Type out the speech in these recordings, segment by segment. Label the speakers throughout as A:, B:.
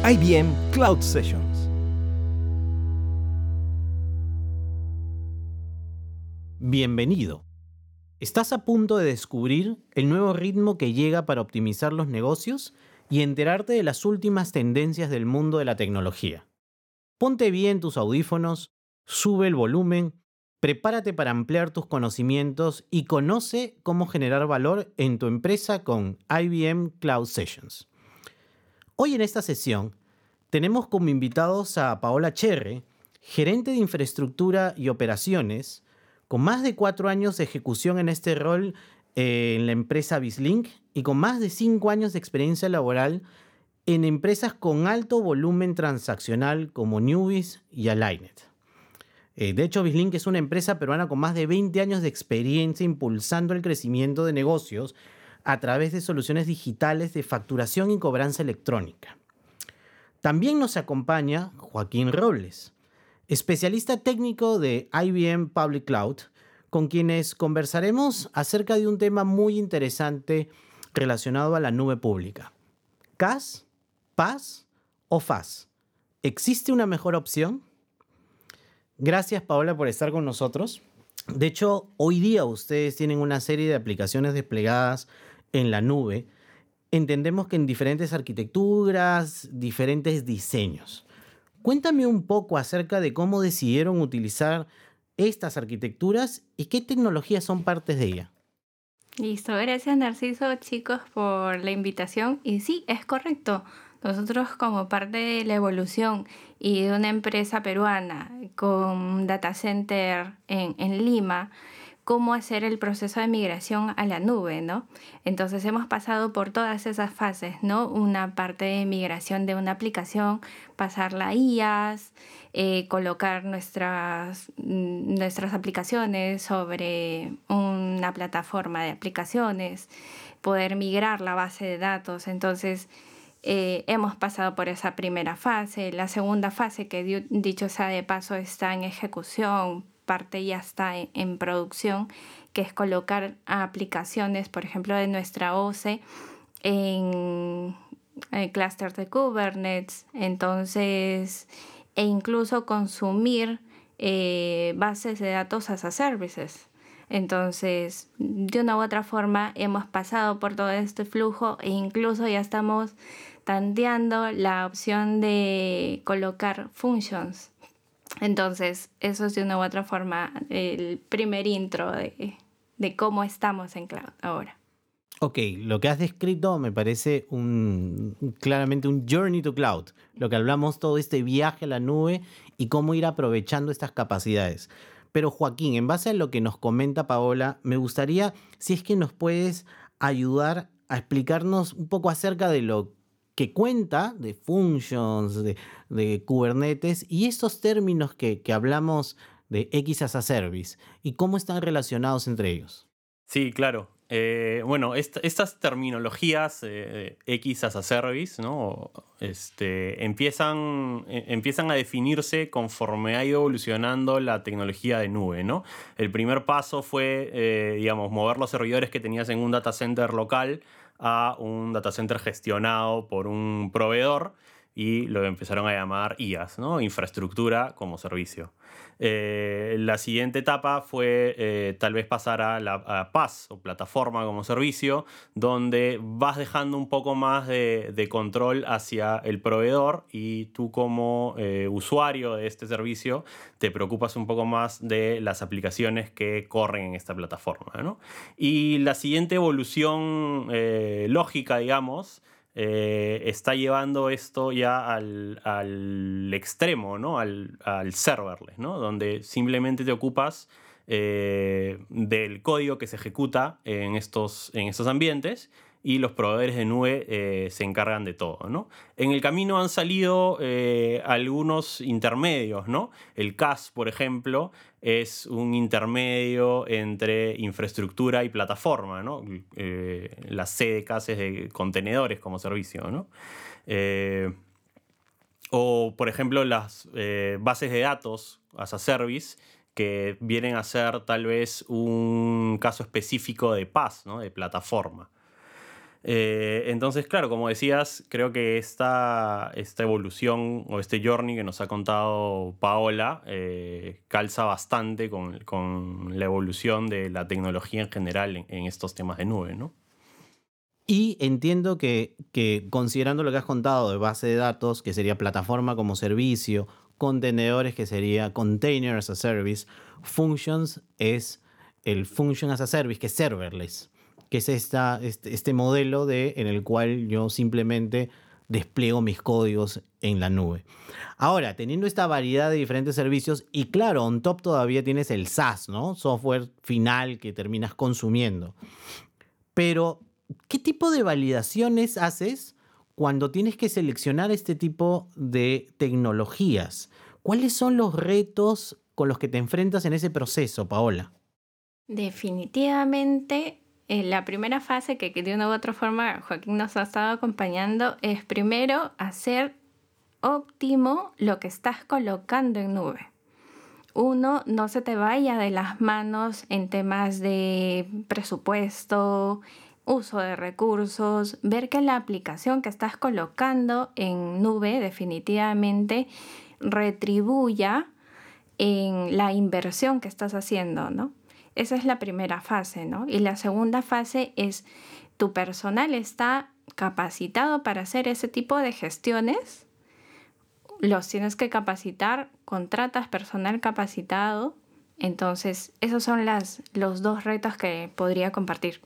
A: IBM Cloud Sessions. Bienvenido. Estás a punto de descubrir el nuevo ritmo que llega para optimizar los negocios y enterarte de las últimas tendencias del mundo de la tecnología. Ponte bien tus audífonos, sube el volumen, prepárate para ampliar tus conocimientos y conoce cómo generar valor en tu empresa con IBM Cloud Sessions. Hoy en esta sesión tenemos como invitados a Paola Cherre, gerente de infraestructura y operaciones, con más de 4 años de ejecución en este rol en la empresa Vislink y con más de 5 años de experiencia laboral en empresas con alto volumen transaccional como Newbiz y Aligned. De hecho, Vislink es una empresa peruana con más de 20 años de experiencia impulsando el crecimiento de negocios a través de soluciones digitales de facturación y cobranza electrónica. También nos acompaña Joaquín Robles, especialista técnico de IBM Public Cloud, con quienes conversaremos acerca de un tema muy interesante relacionado a la nube pública. ¿CaaS, PaaS o FaaS? ¿Existe una mejor opción? Gracias, Paola, por estar con nosotros. De hecho, hoy día ustedes tienen una serie de aplicaciones desplegadas en la nube. Entendemos que en diferentes arquitecturas, diferentes diseños. Cuéntame un poco acerca de cómo decidieron utilizar estas arquitecturas y qué tecnologías son partes de ella.
B: Listo, gracias Narciso, chicos, por la invitación. Y sí, es correcto. Nosotros como parte de la evolución y de una empresa peruana con un data center en Lima, cómo hacer el proceso de migración a la nube, ¿no? Entonces hemos pasado por todas esas fases, ¿no? Una parte de migración de una aplicación, pasarla a IaaS, colocar nuestras aplicaciones sobre una plataforma de aplicaciones, poder migrar la base de datos. Entonces, hemos pasado por esa primera fase. La segunda fase, que dicho sea de paso, está en ejecución, parte ya está en producción, que es colocar aplicaciones, por ejemplo, de nuestra OCE en clusters de Kubernetes, entonces, e incluso consumir bases de datos as a services. Entonces, de una u otra forma, hemos pasado por todo este flujo e incluso ya estamos tanteando la opción de colocar functions. Entonces, eso es de una u otra forma el primer intro de cómo estamos en cloud ahora.
A: Ok, lo que has descrito me parece claramente un journey to cloud, lo que hablamos todo este viaje a la nube y cómo ir aprovechando estas capacidades. Pero Joaquín, en base a lo que nos comenta Paola, me gustaría si es que nos puedes ayudar a explicarnos un poco acerca de lo que cuenta de functions, de Kubernetes y estos términos que hablamos de X as a Service y cómo están relacionados entre ellos.
C: Sí, claro. Bueno, estas terminologías X as a Service, ¿no? Empiezan a definirse conforme ha ido evolucionando la tecnología de nube, ¿no? El primer paso fue, mover los servidores que tenías en un data center local a un data center gestionado por un proveedor y lo empezaron a llamar IaaS, ¿no? Infraestructura como servicio. La siguiente etapa fue tal vez pasar a PaaS o plataforma como servicio, donde vas dejando un poco más de control hacia el proveedor y tú como usuario de este servicio te preocupas un poco más de las aplicaciones que corren en esta plataforma, ¿no? Y la siguiente evolución lógica, digamos, está llevando esto ya al extremo, ¿no? Al serverless, ¿no? Donde simplemente te ocupas del código que se ejecuta en estos ambientes y los proveedores de nube se encargan de todo, ¿no? En el camino han salido algunos intermedios, ¿no? El CaaS, por ejemplo, es un intermedio entre infraestructura y plataforma, ¿no? La C de CaaS es de contenedores como servicio, ¿no? O, por ejemplo, las bases de datos as a service, que vienen a ser tal vez un caso específico de PaaS, ¿no? De plataforma. Entonces, claro, como decías, creo que esta evolución o este journey que nos ha contado Paola calza bastante con la evolución de la tecnología en general en estos temas de nube, ¿no?
A: Y entiendo que considerando lo que has contado de base de datos, que sería plataforma como servicio, contenedores, que sería container as a service, functions es el function as a service, que es serverless, que es este modelo en el cual yo simplemente despliego mis códigos en la nube. Ahora, teniendo esta variedad de diferentes servicios, y claro, on top todavía tienes el SaaS, ¿no? Software final que terminas consumiendo. Pero, ¿qué tipo de validaciones haces cuando tienes que seleccionar este tipo de tecnologías? ¿Cuáles son los retos con los que te enfrentas en ese proceso, Paola?
B: Definitivamente, la primera fase que de una u otra forma Joaquín nos ha estado acompañando es primero hacer óptimo lo que estás colocando en nube. Uno, no se te vaya de las manos en temas de presupuesto, uso de recursos, ver que la aplicación que estás colocando en nube definitivamente retribuya en la inversión que estás haciendo, ¿no? Esa es la primera fase, ¿no? Y la segunda fase es, ¿tu personal está capacitado para hacer ese tipo de gestiones? Los tienes que capacitar, contratas personal capacitado. Entonces, esos son los dos retos que podría compartir.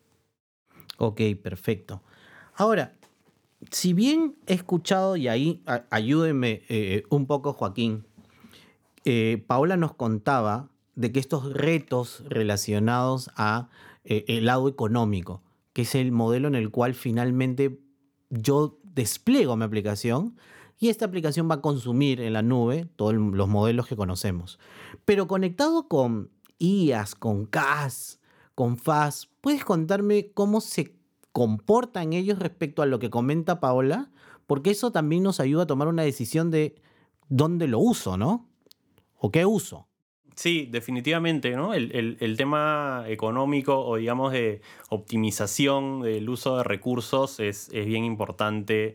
A: Ok, perfecto. Ahora, si bien he escuchado, y ahí ayúdeme un poco, Joaquín, Paola nos contaba de que estos retos relacionados a el lado económico, que es el modelo en el cual finalmente yo despliego mi aplicación y esta aplicación va a consumir en la nube todos los modelos que conocemos. Pero conectado con IaaS, con CaaS, con FaaS, ¿puedes contarme cómo se comportan ellos respecto a lo que comenta Paola? Porque eso también nos ayuda a tomar una decisión de dónde lo uso, ¿no? ¿O qué uso?
C: Sí, definitivamente, ¿no? El tema económico o digamos de optimización del uso de recursos es bien importante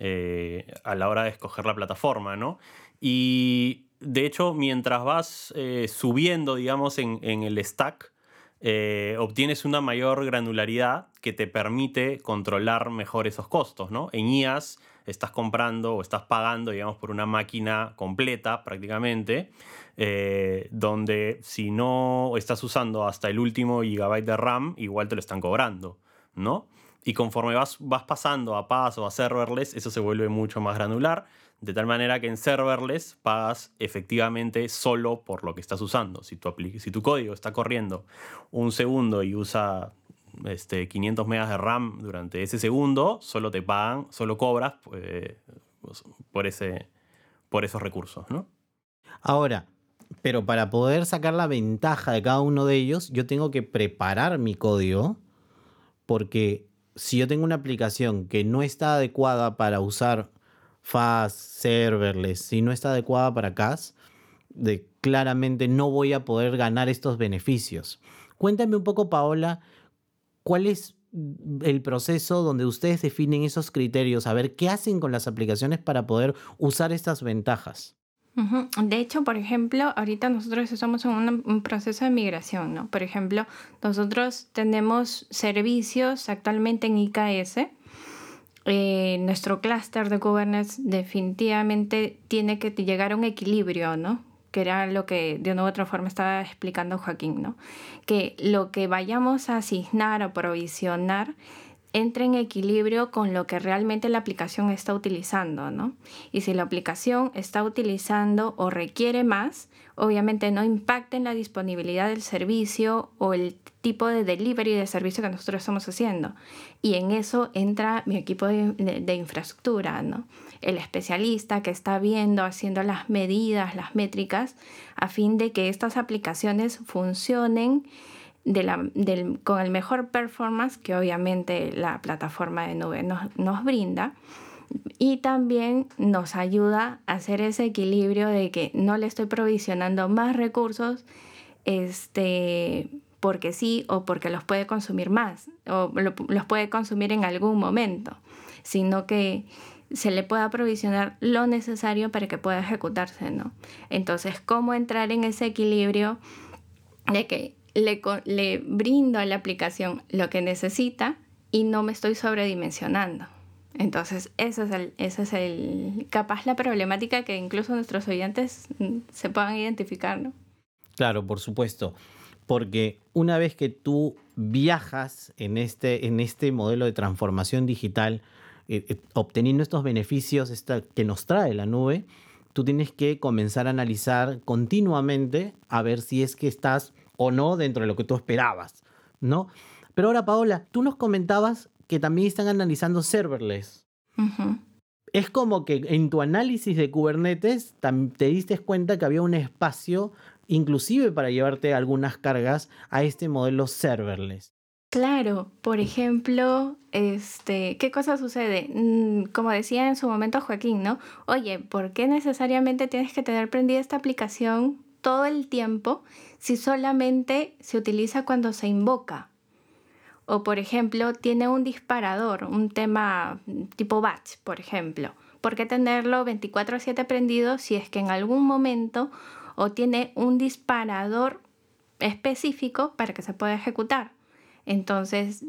C: a la hora de escoger la plataforma, ¿no? Y de hecho, mientras vas subiendo, digamos, en el stack, obtienes una mayor granularidad que te permite controlar mejor esos costos, ¿no? En IaaS estás comprando o estás pagando, digamos, por una máquina completa prácticamente, donde si no estás usando hasta el último gigabyte de RAM, igual te lo están cobrando, ¿no? Y conforme vas pasando a PaaS o a serverless, eso se vuelve mucho más granular, de tal manera que en serverless pagas efectivamente solo por lo que estás usando. Si tu código está corriendo un segundo y usa 500 megas de RAM durante ese segundo, solo te pagan, solo cobras por esos recursos, ¿no?
A: Ahora, pero para poder sacar la ventaja de cada uno de ellos, yo tengo que preparar mi código, porque si yo tengo una aplicación que no está adecuada para usar FaaS, serverless, si no está adecuada para CaaS, claramente no voy a poder ganar estos beneficios. Cuéntame un poco, Paola, ¿cuál es el proceso donde ustedes definen esos criterios? A ver, ¿qué hacen con las aplicaciones para poder usar estas ventajas?
B: Ujú. De hecho, por ejemplo, ahorita nosotros estamos en un proceso de migración, ¿no? Por ejemplo, nosotros tenemos servicios actualmente en IKS. Nuestro clúster de Kubernetes definitivamente tiene que llegar a un equilibrio, ¿no? Que era lo que de una u otra forma estaba explicando Joaquín, ¿no? Que lo que vayamos a asignar o provisionar entre en equilibrio con lo que realmente la aplicación está utilizando, ¿no? Y si la aplicación está utilizando o requiere más, obviamente no impacta en la disponibilidad del servicio o el tipo de delivery de servicio que nosotros estamos haciendo. Y en eso entra mi equipo de infraestructura, ¿no? El especialista que está viendo, haciendo las medidas, las métricas, a fin de que estas aplicaciones funcionen con el mejor performance que obviamente la plataforma de nube nos brinda, y también nos ayuda a hacer ese equilibrio de que no le estoy provisionando más recursos porque sí o porque los puede consumir más o los puede consumir en algún momento, sino que se le pueda aprovisionar lo necesario para que pueda ejecutarse, ¿no? Entonces, ¿cómo entrar en ese equilibrio de que le brindo a la aplicación lo que necesita y no me estoy sobredimensionando? Entonces, ese es capaz la problemática que incluso nuestros oyentes se puedan identificar, ¿no?
A: Claro, por supuesto, porque una vez que tú viajas en este modelo de transformación digital, obteniendo estos beneficios que nos trae la nube, tú tienes que comenzar a analizar continuamente a ver si es que estás o no dentro de lo que tú esperabas, ¿no? Pero ahora, Paola, tú nos comentabas que también están analizando serverless.
B: Uh-huh.
A: Es como que en tu análisis de Kubernetes te diste cuenta que había un espacio inclusive para llevarte algunas cargas a este modelo serverless.
B: Claro, por ejemplo, ¿qué cosa sucede? Como decía en su momento Joaquín, ¿no? Oye, ¿por qué necesariamente tienes que tener prendida esta aplicación todo el tiempo si solamente se utiliza cuando se invoca? O, por ejemplo, tiene un disparador, un tema tipo batch, por ejemplo. ¿Por qué tenerlo 24/7 prendido si es que en algún momento o tiene un disparador específico para que se pueda ejecutar? Entonces,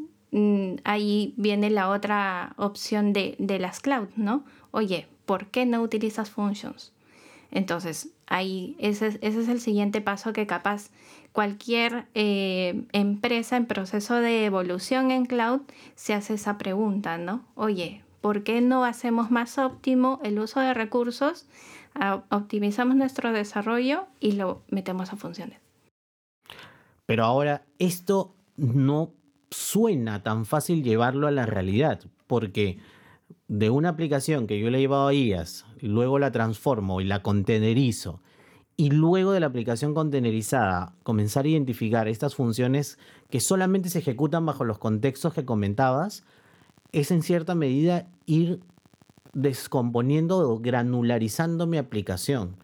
B: ahí viene la otra opción de las cloud, ¿no? Oye, ¿por qué no utilizas functions? Entonces, ahí ese es el siguiente paso que capaz cualquier empresa en proceso de evolución en cloud se hace esa pregunta, ¿no? Oye, ¿por qué no hacemos más óptimo el uso de recursos? Optimizamos nuestro desarrollo y lo metemos a funciones.
A: Pero ahora esto no suena tan fácil llevarlo a la realidad, porque de una aplicación que yo le he llevado a IaaS, luego la transformo y la containerizo, y luego de la aplicación containerizada comenzar a identificar estas funciones que solamente se ejecutan bajo los contextos que comentabas, es en cierta medida ir descomponiendo o granularizando mi aplicación.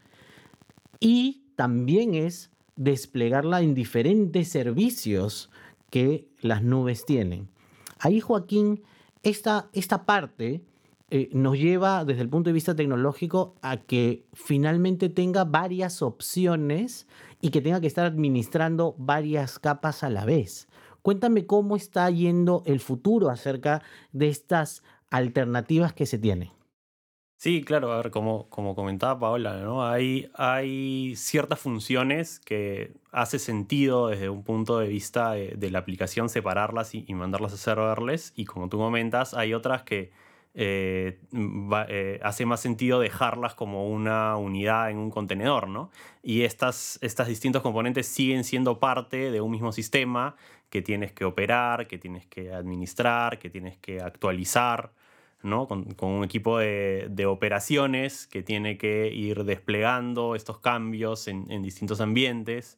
A: Y también es desplegarla en diferentes servicios que las nubes tienen. Ahí, Joaquín, esta parte nos lleva desde el punto de vista tecnológico a que finalmente tenga varias opciones y que tenga que estar administrando varias capas a la vez. Cuéntame cómo está yendo el futuro acerca de estas alternativas que se tienen.
C: Sí, claro, a ver, como comentaba Paola, ¿no? Hay ciertas funciones que hace sentido desde un punto de vista de la aplicación separarlas y mandarlas a serverless, y como tú comentas, hay otras que hace más sentido dejarlas como una unidad en un contenedor, ¿no? Y estas distintos componentes siguen siendo parte de un mismo sistema que tienes que operar, que tienes que administrar, que tienes que actualizar, ¿no? Con un equipo de operaciones que tiene que ir desplegando estos cambios en distintos ambientes.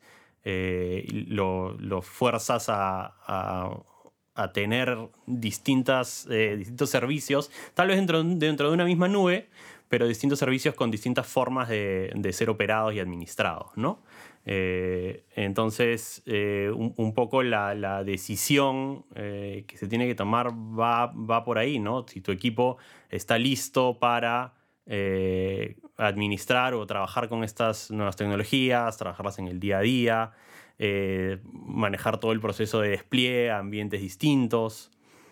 C: Lo fuerzas a tener distintos servicios, tal vez dentro de una misma nube, pero distintos servicios con distintas formas de ser operados y administrados, ¿no? Entonces, un poco la decisión que se tiene que tomar va por ahí, ¿no? Si tu equipo está listo para administrar o trabajar con estas nuevas tecnologías, trabajarlas en el día a día, manejar todo el proceso de despliegue a ambientes distintos,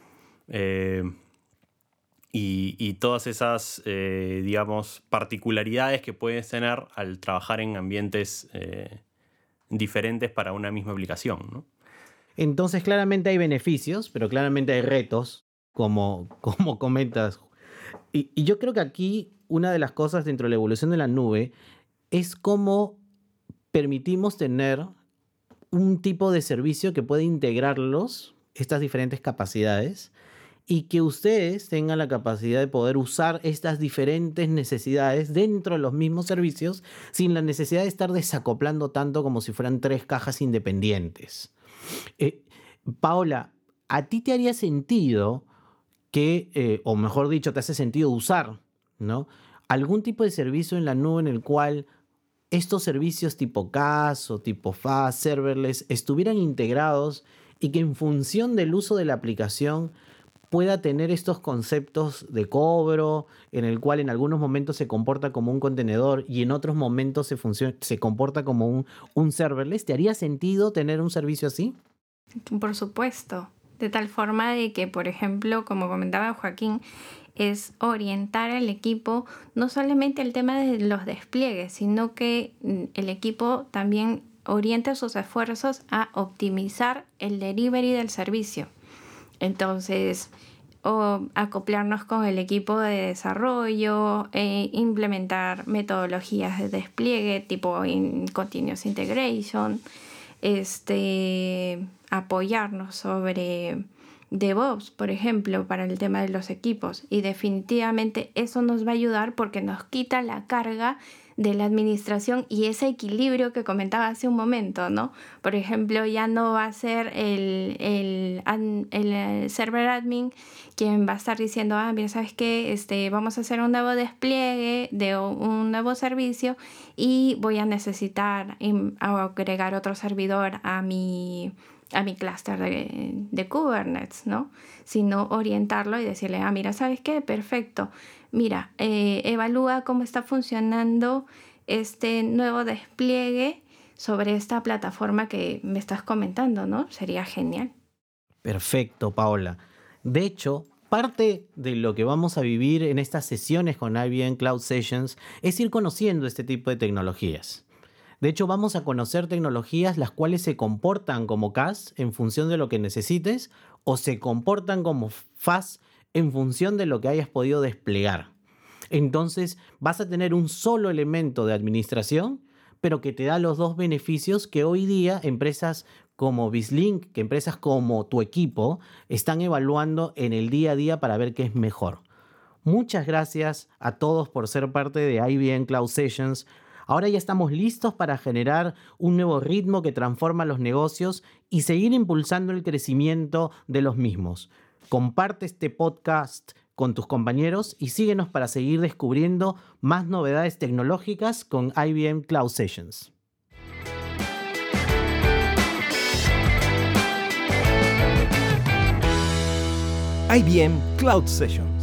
C: y todas esas, digamos, particularidades que puedes tener al trabajar en ambientes diferentes para una misma aplicación, ¿no?
A: Entonces, claramente hay beneficios, pero claramente hay retos, como comentas. Y yo creo que aquí una de las cosas dentro de la evolución de la nube es cómo permitimos tener un tipo de servicio que puede integrarlos, estas diferentes capacidades, y que ustedes tengan la capacidad de poder usar estas diferentes necesidades dentro de los mismos servicios sin la necesidad de estar desacoplando tanto como si fueran tres cajas independientes. Paola, ¿a ti te haría sentido que, o mejor dicho, te hace sentido usar, ¿no?, algún tipo de servicio en la nube en el cual estos servicios tipo CAS o tipo FAS, serverless, estuvieran integrados y que en función del uso de la aplicación pueda tener estos conceptos de cobro, en el cual en algunos momentos se comporta como un contenedor y en otros momentos se comporta como un serverless. ¿Te haría sentido tener un servicio así?
B: Por supuesto, de tal forma de que, por ejemplo, como comentaba Joaquín, es orientar al equipo no solamente el tema de los despliegues, sino que el equipo también oriente sus esfuerzos a optimizar el delivery del servicio. Entonces, acoplarnos con el equipo de desarrollo, implementar metodologías de despliegue tipo Continuous Integration, apoyarnos sobre DevOps, por ejemplo, para el tema de los equipos. Y definitivamente eso nos va a ayudar porque nos quita la carga de la administración y ese equilibrio que comentaba hace un momento, ¿no? Por ejemplo, ya no va a ser el server admin quien va a estar diciendo, mira, ¿sabes qué? Vamos a hacer un nuevo despliegue de un nuevo servicio y voy a necesitar agregar otro servidor a mi clúster de Kubernetes, ¿no? Sino orientarlo y decirle, mira, ¿sabes qué? Perfecto. Mira, evalúa cómo está funcionando este nuevo despliegue sobre esta plataforma que me estás comentando, ¿no? Sería genial.
A: Perfecto, Paola. De hecho, parte de lo que vamos a vivir en estas sesiones con IBM Cloud Sessions es ir conociendo este tipo de tecnologías. De hecho, vamos a conocer tecnologías las cuales se comportan como CAS en función de lo que necesites o se comportan como FAS en función de lo que hayas podido desplegar. Entonces, vas a tener un solo elemento de administración, pero que te da los dos beneficios que hoy día empresas como BizLink, que empresas como tu equipo, están evaluando en el día a día para ver qué es mejor. Muchas gracias a todos por ser parte de IBM Cloud Sessions. Ahora ya estamos listos para generar un nuevo ritmo que transforma los negocios y seguir impulsando el crecimiento de los mismos. Comparte este podcast con tus compañeros y síguenos para seguir descubriendo más novedades tecnológicas con IBM Cloud Sessions.
D: IBM Cloud Sessions.